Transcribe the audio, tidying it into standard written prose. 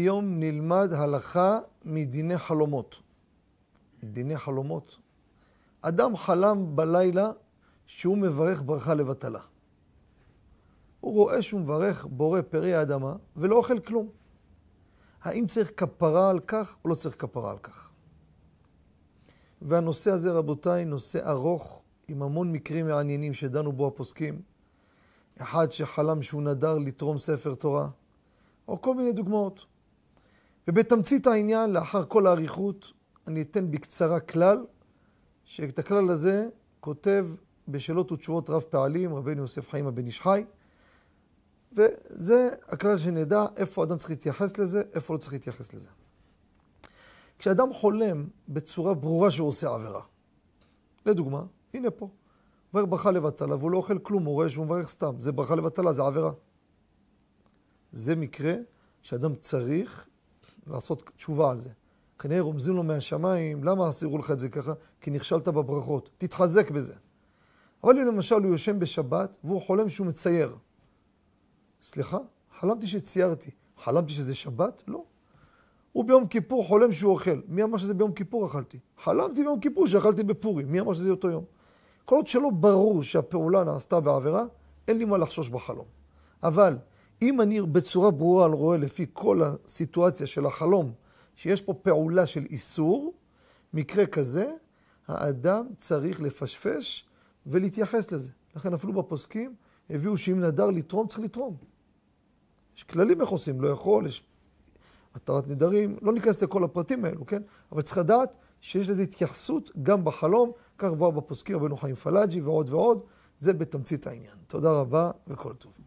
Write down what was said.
היום נלמד הלכה מדיני חלומות. דיני חלומות. אדם חלם בלילה שהוא מברך ברכה לבטלה. הוא רואה שהוא מברך בורא פרי האדמה ולא אוכל כלום. האם צריך כפרה על כך או לא צריך כפרה על כך? והנושא הזה, רבותיי, נושא ארוך עם המון מקרים מעניינים שדנו בו הפוסקים. אחד שחלם שהוא נדר לתרום ספר תורה, או כל מיני דוגמאות. ובתמצית העניין, לאחר כל האריכות, אני אתן בקצרה כלל, שאת הכלל הזה כותב בשאלות ותשובות רב פעלים, רבנו יוסף חיים הבן איש חי, וזה הכלל שנדע איפה אדם צריך להתייחס לזה, איפה לא צריך להתייחס לזה. כשאדם חולם בצורה ברורה שהוא עושה עבירה, לדוגמה, הנה פה, מברך ברכה לבטלה, והוא לא אוכל כלום, הוא רואה שהוא מברך סתם, זה ברכה לבטלה, זה עבירה. זה מקרה שאדם צריך לעשות תשובה על זה. כנראה רומזים לו מהשמיים, למה עשירו לך את זה ככה? כי נכשלת בברכות, תתחזק בזה. אבל אם למשל הוא יושן בשבת, והוא חולם שהוא מצייר. סליחה, חלמתי שציירתי. חלמתי שזה שבת? לא. הוא ביום כיפור חולם שהוא אוכל. מי אמר שזה ביום כיפור אכלתי? חלמתי ביום כיפור שאכלתי בפורים. מי אמר שזה אותו יום? כל עוד שלא ברור שהפעולה נעשתה בעבירה, אין לי מה לחשוש בחלום. אבל אם אני בצורה ברורה רואה לפי כל הסיטואציה של החלום, שיש פה פעולה של איסור, מקרה כזה, האדם צריך לפשפש ולהתייחס לזה. לכן אפילו בפוסקים הביאו שאם נדר לתרום, צריך לתרום. יש כללים איך עושים, לא יכול, יש התרת נדרים, לא ניכנס לכל הפרטים האלו, כן? אבל צריך לדעת שיש לזה התייחסות גם בחלום, כך כבר בפוסקים רבנו חיים פלאג'י ועוד ועוד, זה בתמצית העניין. תודה רבה וכל טוב.